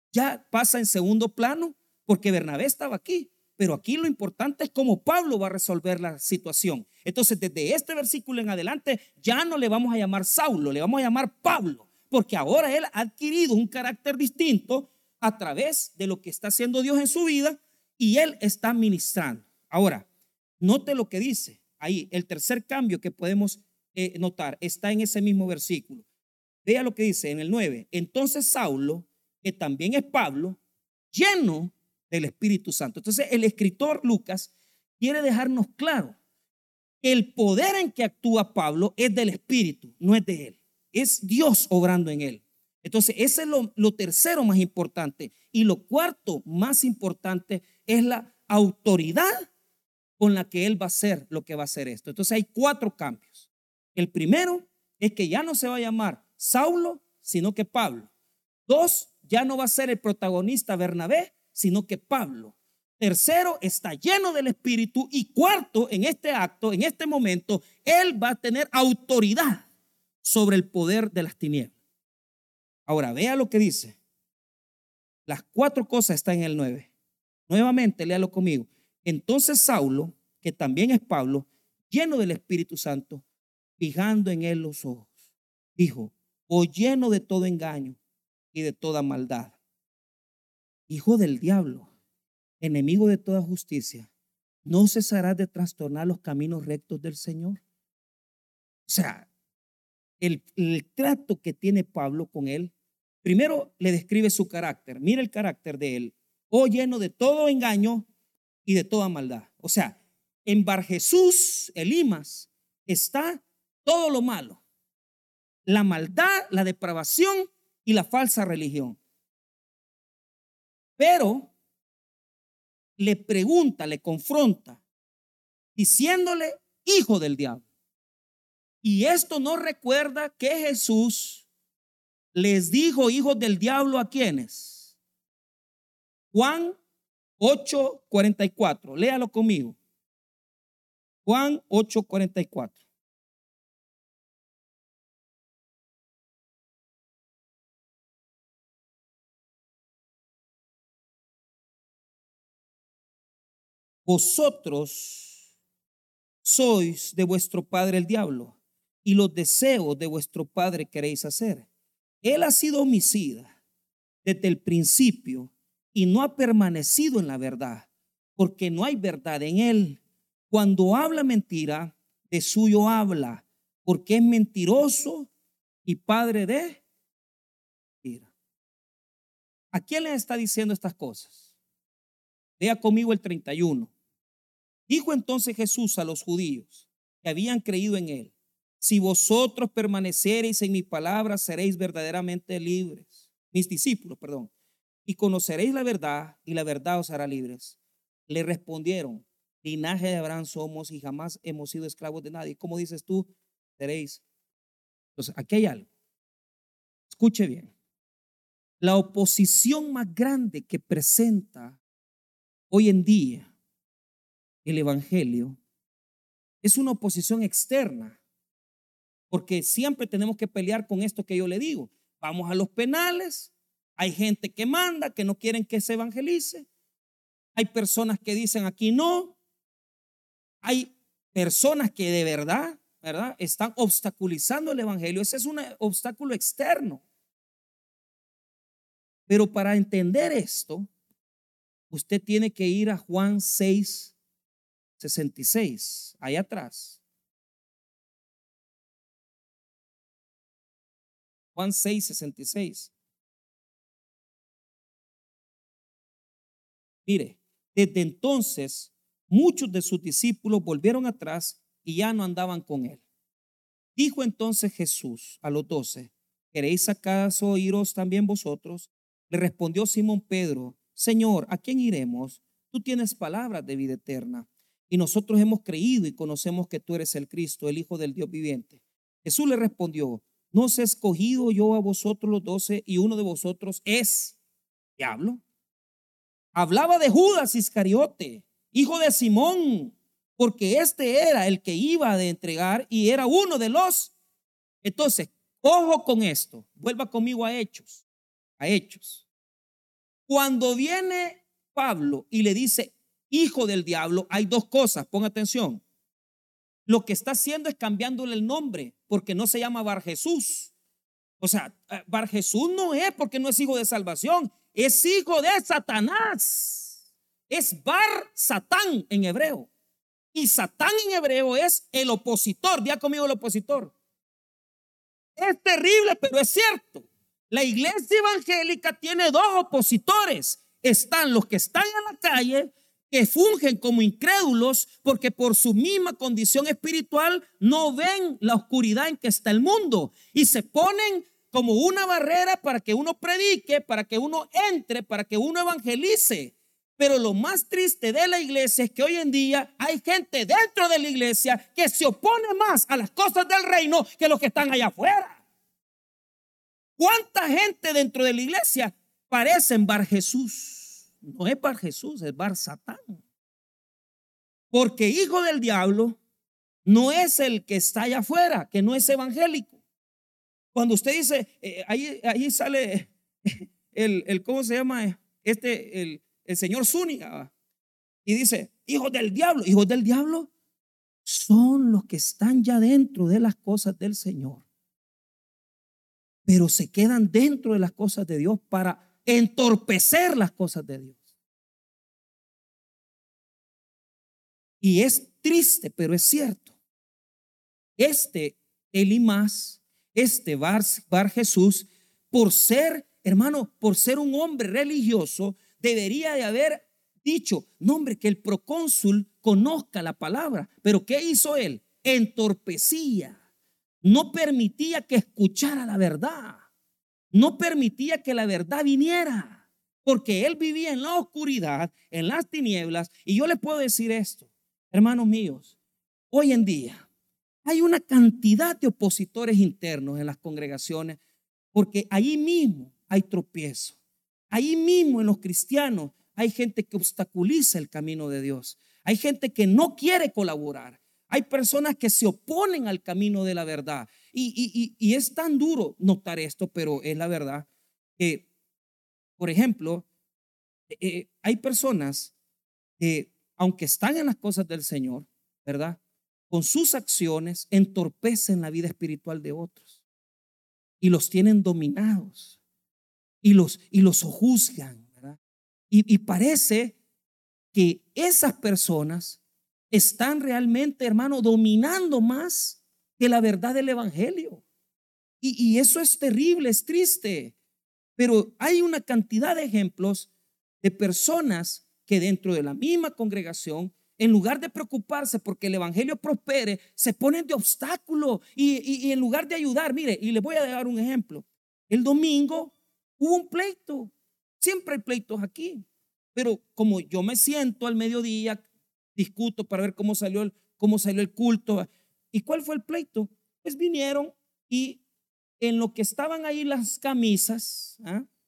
ya pasa en segundo plano porque Bernabé estaba aquí. Pero aquí lo importante es cómo Pablo va a resolver la situación. Entonces, desde este versículo en adelante, ya no le vamos a llamar Saulo, le vamos a llamar Pablo, porque ahora él ha adquirido un carácter distinto a través de lo que está haciendo Dios en su vida y él está ministrando. Ahora, note lo que dice ahí. El tercer cambio que podemos notar está en ese mismo versículo. Vea lo que dice en el 9. Entonces Saulo, que también es Pablo, lleno del Espíritu Santo. Entonces el escritor Lucas quiere dejarnos claro que el poder en que actúa Pablo es del Espíritu, no es de él. Es Dios obrando en él. Entonces ese es lo tercero más importante. Y lo cuarto más importante es la autoridad con la que él va a hacer lo que va a hacer esto. Entonces hay 4 cambios. El primero es que ya no se va a llamar Saulo, sino que Pablo. 2, ya no va a ser el protagonista Bernabé, sino que Pablo. Tercero, está lleno del Espíritu. Y cuarto, en este acto, en este momento, él va a tener autoridad sobre el poder de las tinieblas. Ahora, vea lo que dice. Las 4 cosas están en el 9. Nuevamente, léalo conmigo. Entonces Saulo, que también es Pablo, lleno del Espíritu Santo, fijando en él los ojos, dijo: oh lleno de todo engaño y de toda maldad, hijo del diablo, enemigo de toda justicia, ¿no cesarás de trastornar los caminos rectos del Señor? O sea, el trato que tiene Pablo con él, primero le describe su carácter. Mira el carácter de él: oh lleno de todo engaño y de toda maldad. O sea, en Bar Jesús, Elimas, está todo lo malo: la maldad, la depravación y la falsa religión. Pero le pregunta, le confronta, diciéndole hijo del diablo. Y esto nos recuerda que Jesús les dijo hijos del diablo a quienes. Juan 8:44, léalo conmigo. Juan 8:44. Vosotros sois de vuestro padre el diablo, y los deseos de vuestro padre queréis hacer. Él ha sido homicida desde el principio y no ha permanecido en la verdad, porque no hay verdad en él. Cuando habla mentira, de suyo habla, porque es mentiroso y padre de mentira. ¿A quién le está diciendo estas cosas? Lea conmigo el 31. Dijo entonces Jesús a los judíos que habían creído en él: si vosotros permanecereis en mi palabra, seréis verdaderamente libres, mis discípulos, perdón, y conoceréis la verdad, y la verdad os hará libres. Le respondieron: linaje de Abraham somos y jamás hemos sido esclavos de nadie. ¿Cómo dices tú? Seréis. Entonces, aquí hay algo. Escuche bien. La oposición más grande que presenta hoy en día el evangelio es una oposición externa, porque siempre tenemos que pelear con esto que yo le digo. Vamos a los penales, hay gente que manda, que no quieren que se evangelice, hay personas que dicen aquí no, hay personas que de verdad, ¿verdad?, están obstaculizando el evangelio. Ese es un obstáculo externo. Pero para entender esto, usted tiene que ir a Juan 6:66, ahí atrás. Juan 6:66. Mire, desde entonces muchos de sus discípulos volvieron atrás y ya no andaban con él. Dijo entonces Jesús a los 12: ¿queréis acaso iros también vosotros? Le respondió Simón Pedro: Señor, ¿a quién iremos? Tú tienes palabras de vida eterna, y nosotros hemos creído y conocemos que tú eres el Cristo, el Hijo del Dios viviente. Jesús le respondió: ¿no os he escogido yo a vosotros los 12 y uno de vosotros es diablo? Hablaba de Judas Iscariote, hijo de Simón, porque este era el que iba a entregar y era uno de los. Entonces, ojo con esto. Vuelva conmigo a Hechos. A Hechos. Cuando viene Pablo y le dice hijo del diablo, hay dos cosas. Ponga atención. Lo que está haciendo es cambiándole el nombre, porque no se llama Bar Jesús. O sea, Bar Jesús no es porque no es hijo de salvación, es hijo de Satanás. Es Bar Satán en hebreo. Y Satán en hebreo es el opositor. Diga conmigo el opositor. Es terrible, pero es cierto. La iglesia evangélica tiene dos opositores. Están los que están en la calle, que fungen como incrédulos porque por su misma condición espiritual no ven la oscuridad en que está el mundo y se ponen como una barrera para que uno predique, para que uno entre, para que uno evangelice. Pero lo más triste de la iglesia es que hoy en día hay gente dentro de la iglesia que se opone más a las cosas del reino que los que están allá afuera. ¿Cuánta gente dentro de la iglesia parecen Bar Jesús? No es Bar Jesús, es Bar Satán. Porque hijo del diablo no es el que está allá afuera, que no es evangélico. Cuando usted dice, ahí sale ¿cómo se llama? El señor Zúñiga, y dice, hijos del diablo son los que están ya dentro de las cosas del Señor, pero se quedan dentro de las cosas de Dios para entorpecer las cosas de Dios. Y es triste, pero es cierto. Elimas, Bar Jesús, por ser, hermano, por ser un hombre religioso, debería de haber dicho, no hombre, que el procónsul conozca la palabra. Pero ¿qué hizo él? Entorpecía, no permitía que escuchara la verdad, no permitía que la verdad viniera, porque él vivía en la oscuridad, en las tinieblas. Y yo le puedo decir esto, hermanos míos, hoy en día hay una cantidad de opositores internos en las congregaciones, porque ahí mismo hay tropiezo. Ahí mismo en los cristianos hay gente que obstaculiza el camino de Dios. Hay gente que no quiere colaborar. Hay personas que se oponen al camino de la verdad. Y es tan duro notar esto, pero es la verdad que, por ejemplo, hay personas que, aunque están en las cosas del Señor, ¿verdad?, con sus acciones entorpecen la vida espiritual de otros. y los tienen dominados y los sojuzgan, ¿verdad? Y parece que esas personas están realmente, hermano, dominando más que la verdad del evangelio. Y eso es terrible, es triste. Pero hay una cantidad de ejemplos de personas que dentro de la misma congregación, en lugar de preocuparse porque el evangelio prospere, se ponen de obstáculo y en lugar de ayudar. Mire, y les voy a dar un ejemplo. El domingo hubo un pleito. Siempre hay pleitos aquí. Pero como yo me siento al mediodía, discuto para ver cómo salió el culto. ¿Y cuál fue el pleito? Pues vinieron y en lo que estaban ahí las camisas,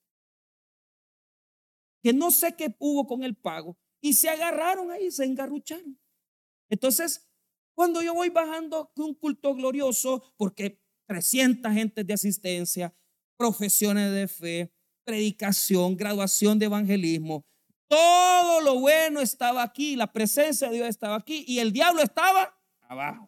que no sé qué hubo con el pago, y se agarraron ahí, se engarrucharon. Entonces, cuando yo voy bajando un culto glorioso, porque 300 gentes de asistencia, profesiones de fe, predicación, graduación de evangelismo, todo lo bueno estaba aquí, la presencia de Dios estaba aquí y el diablo estaba abajo.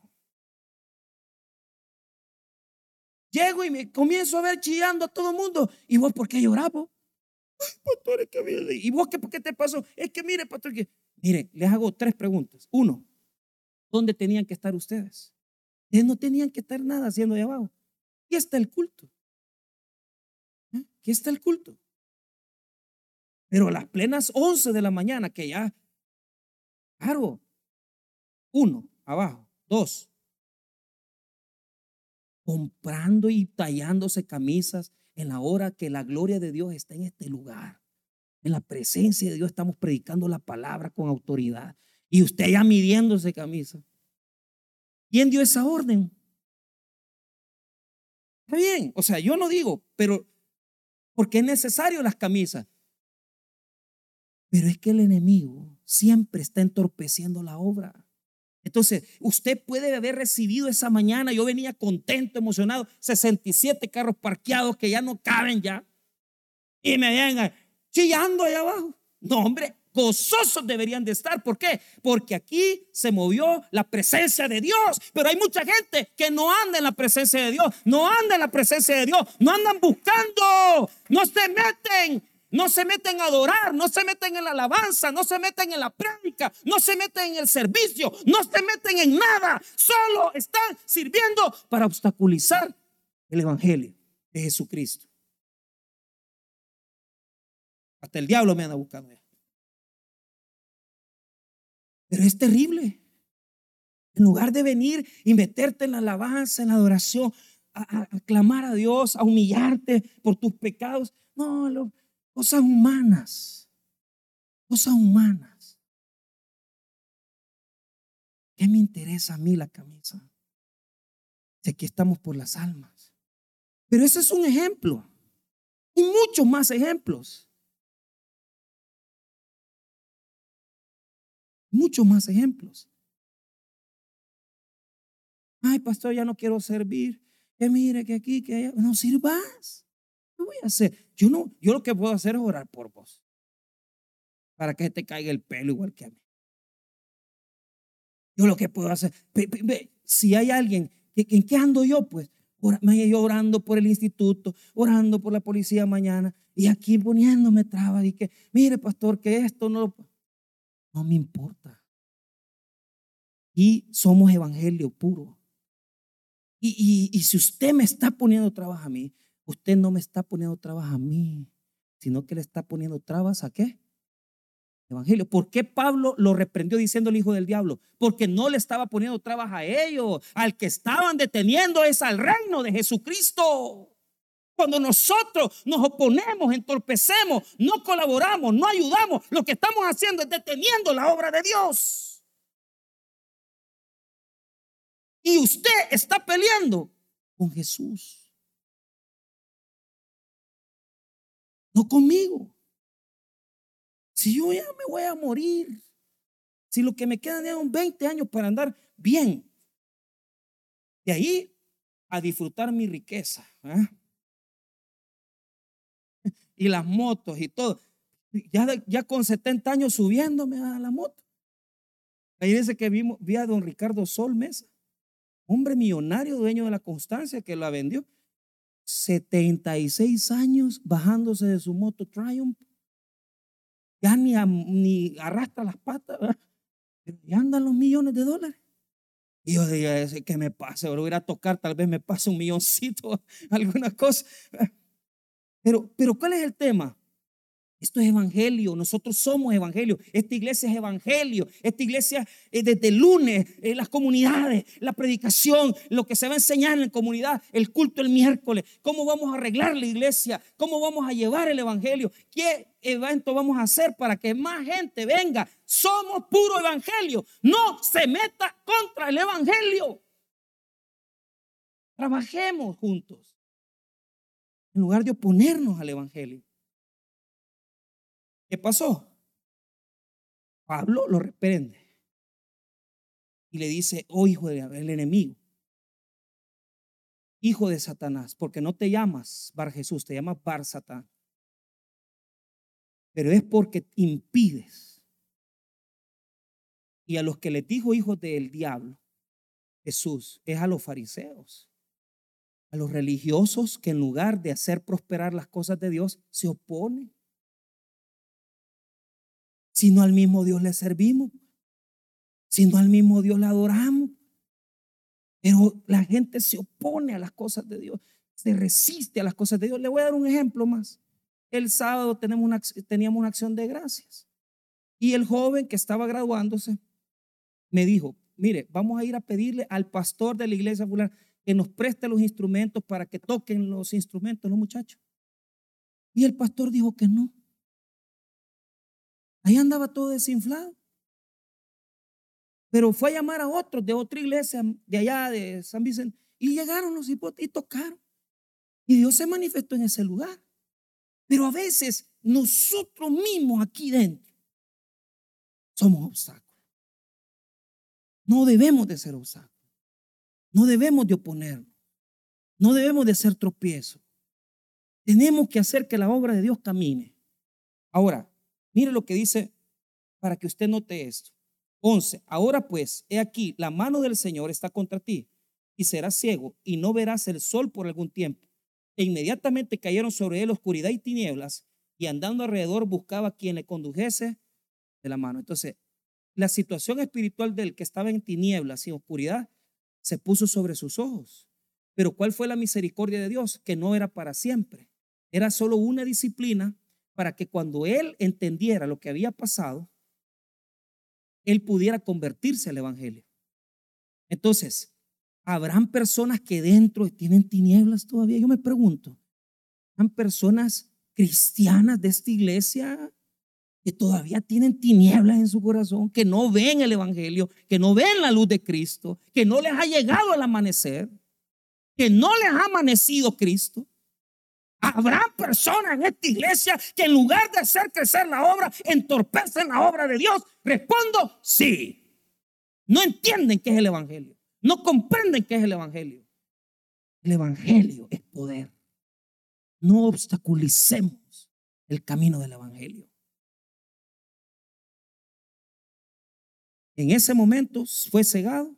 Llego y me comienzo a ver chillando a todo el mundo. ¿Y vos por qué llorás? Pastor, es que viene. ¿Y vos por qué te pasó? Es que mire, pastor, mire, les hago 3 preguntas. Uno, ¿dónde tenían que estar ustedes? Ustedes no tenían que estar nada haciendo de abajo. Aquí está el culto. Aquí está el culto. Pero a las plenas 11 de la mañana, que ya, claro, 1, abajo. 2, comprando y tallándose camisas en la hora que la gloria de Dios está en este lugar. En la presencia de Dios estamos predicando la palabra con autoridad. Y usted ya midiéndose camisa. ¿Quién dio esa orden? Está bien, o sea, yo no digo, pero porque es necesario las camisas. Pero es que el enemigo siempre está entorpeciendo la obra. Entonces, usted puede haber recibido esa mañana, yo venía contento, emocionado, 67 carros parqueados que ya no caben ya, y me vengan chillando allá abajo. No, hombre, gozosos deberían de estar. ¿Por qué? Porque aquí se movió la presencia de Dios. Pero hay mucha gente que no anda en la presencia de Dios, no anda en la presencia de Dios, no andan buscando, no se meten a adorar, no se meten en la alabanza, no se meten en la práctica, no se meten en el servicio, no se meten en nada, solo están sirviendo para obstaculizar el evangelio de Jesucristo. Hasta el diablo me anda buscando ya. Pero es terrible. En lugar de venir y meterte en la alabanza, en la adoración, a clamar a Dios, a humillarte por tus pecados. No, cosas humanas. Cosas humanas. ¿Qué me interesa a mí la camisa? Si aquí estamos por las almas. Pero ese es un ejemplo. Y muchos más ejemplos. Muchos más ejemplos. Ay, pastor, ya no quiero servir. Que mire, que aquí, que allá. No sirvas. ¿Qué voy a hacer? Yo lo que puedo hacer es orar por vos. Para que te caiga el pelo igual que a mí. Yo lo que puedo hacer. Si hay alguien, ¿en qué ando yo? Pues yo orando por el instituto, orando por la policía mañana. Y aquí poniéndome trabas. Y que, mire, pastor, que esto no me importa. Y somos evangelio puro. Y si usted me está poniendo trabas a mí, usted no me está poniendo trabas a mí, sino que le está poniendo trabas ¿a qué? Evangelio. ¿Por qué Pablo lo reprendió diciendo el hijo del diablo? Porque no le estaba poniendo trabas a ellos. Al que estaban deteniendo es al reino de Jesucristo. Cuando nosotros nos oponemos, entorpecemos, no colaboramos, no ayudamos, lo que estamos haciendo es deteniendo la obra de Dios. Y usted está peleando con Jesús, no conmigo. Si yo ya me voy a morir, si lo que me quedan son 20 años para andar bien, de ahí a disfrutar mi riqueza, y las motos y todo, ya con 70 años subiéndome a la moto. Ahí dice que vi a don Ricardo Sol Mesa, hombre millonario, dueño de la Constancia, que la vendió. 76 años bajándose de su moto Triumph. Ya ni arrastra las patas, ¿verdad? Pero ya andan los millones de dólares. Y yo diría, ¿qué me pasa? Ahora voy a ir a tocar, tal vez me pase un milloncito, alguna cosa. Pero ¿cuál es el tema? Esto es evangelio, nosotros somos evangelio, esta iglesia es evangelio, esta iglesia desde el lunes, las comunidades, la predicación, lo que se va a enseñar en la comunidad, el culto el miércoles, cómo vamos a arreglar la iglesia, cómo vamos a llevar el evangelio, qué evento vamos a hacer para que más gente venga. Somos puro evangelio, no se meta contra el evangelio. Trabajemos juntos en lugar de oponernos al evangelio. ¿Qué pasó? Pablo lo reprende y le dice: oh, hijo del enemigo, hijo de Satanás, porque no te llamas Bar Jesús, te llamas Bar Satán, pero es porque impides. Y a los que les dijo hijos del diablo, Jesús, es a los fariseos, a los religiosos que en lugar de hacer prosperar las cosas de Dios, se oponen. Si no al mismo Dios le servimos, si no al mismo Dios le adoramos. Pero la gente se opone a las cosas de Dios, se resiste a las cosas de Dios. Le voy a dar un ejemplo más. El sábado teníamos una acción de gracias y el joven que estaba graduándose me dijo: mire, vamos a ir a pedirle al pastor de la iglesia fulana que nos preste los instrumentos para que toquen los instrumentos los muchachos. Y el pastor dijo que no. Ahí andaba todo desinflado. Pero fue a llamar a otros de otra iglesia de allá de San Vicente y llegaron los hipotes y tocaron. Y Dios se manifestó en ese lugar. Pero a veces nosotros mismos aquí dentro somos obstáculos. No debemos de ser obstáculos. No debemos de oponernos. No debemos de ser tropiezos. Tenemos que hacer que la obra de Dios camine. Ahora, mire lo que dice para que usted note esto. 11. Ahora pues, he aquí, la mano del Señor está contra ti y serás ciego y no verás el sol por algún tiempo. E inmediatamente cayeron sobre él oscuridad y tinieblas, y andando alrededor buscaba a quien le condujese de la mano. Entonces, la situación espiritual del que estaba en tinieblas y oscuridad se puso sobre sus ojos. Pero ¿cuál fue la misericordia de Dios? Que no era para siempre. Era solo una disciplina para que cuando él entendiera lo que había pasado, él pudiera convertirse al evangelio. Entonces, ¿habrán personas que dentro tienen tinieblas todavía? Yo me pregunto, ¿habrán personas cristianas de esta iglesia que todavía tienen tinieblas en su corazón, que no ven el evangelio, que no ven la luz de Cristo, que no les ha llegado el amanecer, que no les ha amanecido Cristo? ¿Habrá personas en esta iglesia que en lugar de hacer crecer la obra, entorpecen la obra de Dios? Respondo, sí. No entienden qué es el evangelio. No comprenden qué es el evangelio. El evangelio es poder. No obstaculicemos el camino del evangelio. En ese momento fue cegado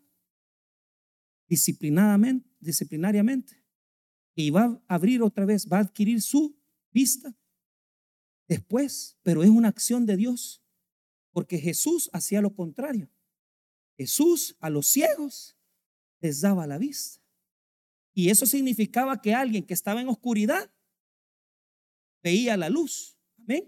disciplinariamente. Y va a abrir otra vez, va a adquirir su vista después, pero es una acción de Dios, porque Jesús hacía lo contrario. Jesús a los ciegos les daba la vista, y eso significaba que alguien que estaba en oscuridad veía la luz. Amén.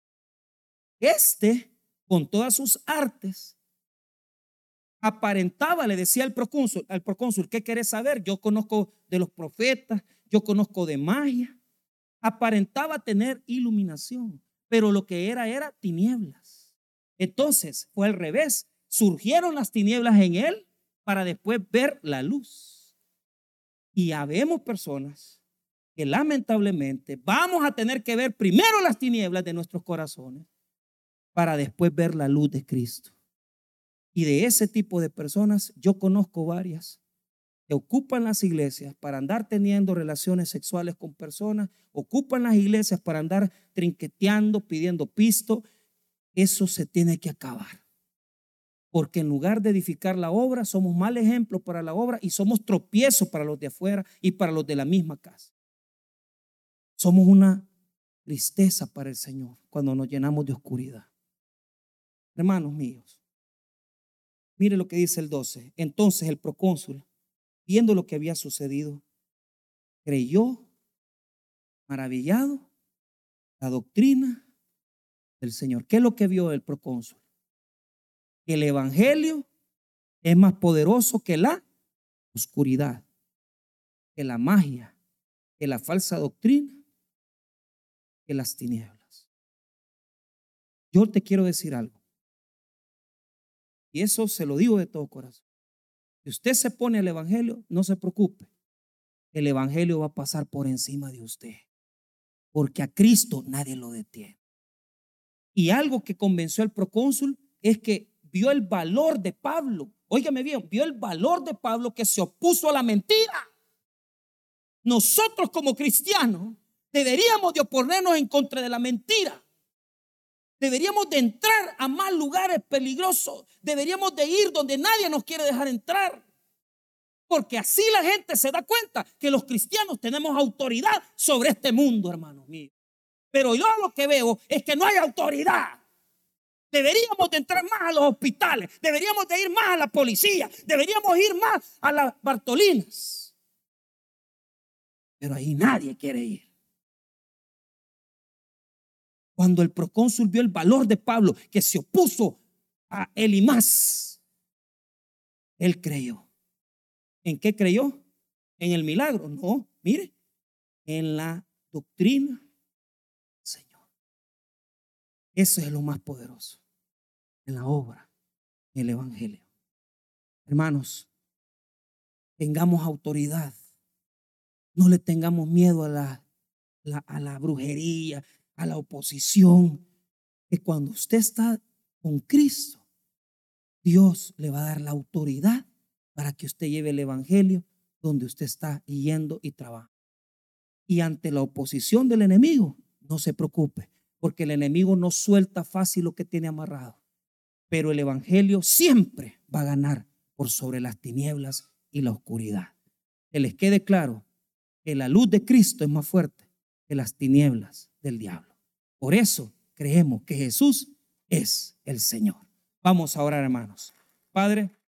Con todas sus artes, aparentaba, le decía al procónsul, ¿qué querés saber? Yo conozco de los profetas, yo conozco de magia. Aparentaba tener iluminación, pero lo que era tinieblas. Entonces fue al revés, surgieron las tinieblas en él para después ver la luz. Y habemos personas que lamentablemente vamos a tener que ver primero las tinieblas de nuestros corazones para después ver la luz de Cristo. Y de ese tipo de personas yo conozco varias que ocupan las iglesias para andar teniendo relaciones sexuales con personas, ocupan las iglesias para andar trinqueteando, pidiendo pisto. Eso se tiene que acabar, porque en lugar de edificar la obra, somos mal ejemplo para la obra y somos tropiezo para los de afuera y para los de la misma casa. Somos una tristeza para el Señor cuando nos llenamos de oscuridad. Hermanos míos, mire lo que dice el 12. Entonces el procónsul, viendo lo que había sucedido, creyó, maravillado, la doctrina del Señor. ¿Qué es lo que vio el procónsul? Que el evangelio es más poderoso que la oscuridad, que la magia, que la falsa doctrina, que las tinieblas. Yo te quiero decir algo, y eso se lo digo de todo corazón. Si usted se pone al evangelio, no se preocupe. El evangelio va a pasar por encima de usted, porque a Cristo nadie lo detiene. Y algo que convenció al procónsul es que vio el valor de Pablo. Óigame bien, vio el valor de Pablo, que se opuso a la mentira. Nosotros como cristianos deberíamos de oponernos en contra de la mentira. Deberíamos de entrar a más lugares peligrosos. Deberíamos de ir donde nadie nos quiere dejar entrar. Porque así la gente se da cuenta que los cristianos tenemos autoridad sobre este mundo, hermanos míos. Pero yo lo que veo es que no hay autoridad. Deberíamos de entrar más a los hospitales. Deberíamos de ir más a la policía. Deberíamos ir más a las Bartolinas. Pero ahí nadie quiere ir. Cuando el procónsul vio el valor de Pablo, que se opuso a Elimás, él creyó. ¿En qué creyó? ¿En el milagro? No, mire, en la doctrina del Señor. Eso es lo más poderoso, en la obra, en el evangelio. Hermanos, tengamos autoridad. No le tengamos miedo a la brujería, a la oposición. Que cuando usted está con Cristo, Dios le va a dar la autoridad para que usted lleve el evangelio donde usted está yendo y trabaja. Y ante la oposición del enemigo, no se preocupe, porque el enemigo no suelta fácil lo que tiene amarrado. Pero el evangelio siempre va a ganar por sobre las tinieblas y la oscuridad. Que les quede claro que la luz de Cristo es más fuerte que las tinieblas del diablo. Por eso creemos que Jesús es el Señor. Vamos a orar, hermanos. Padre,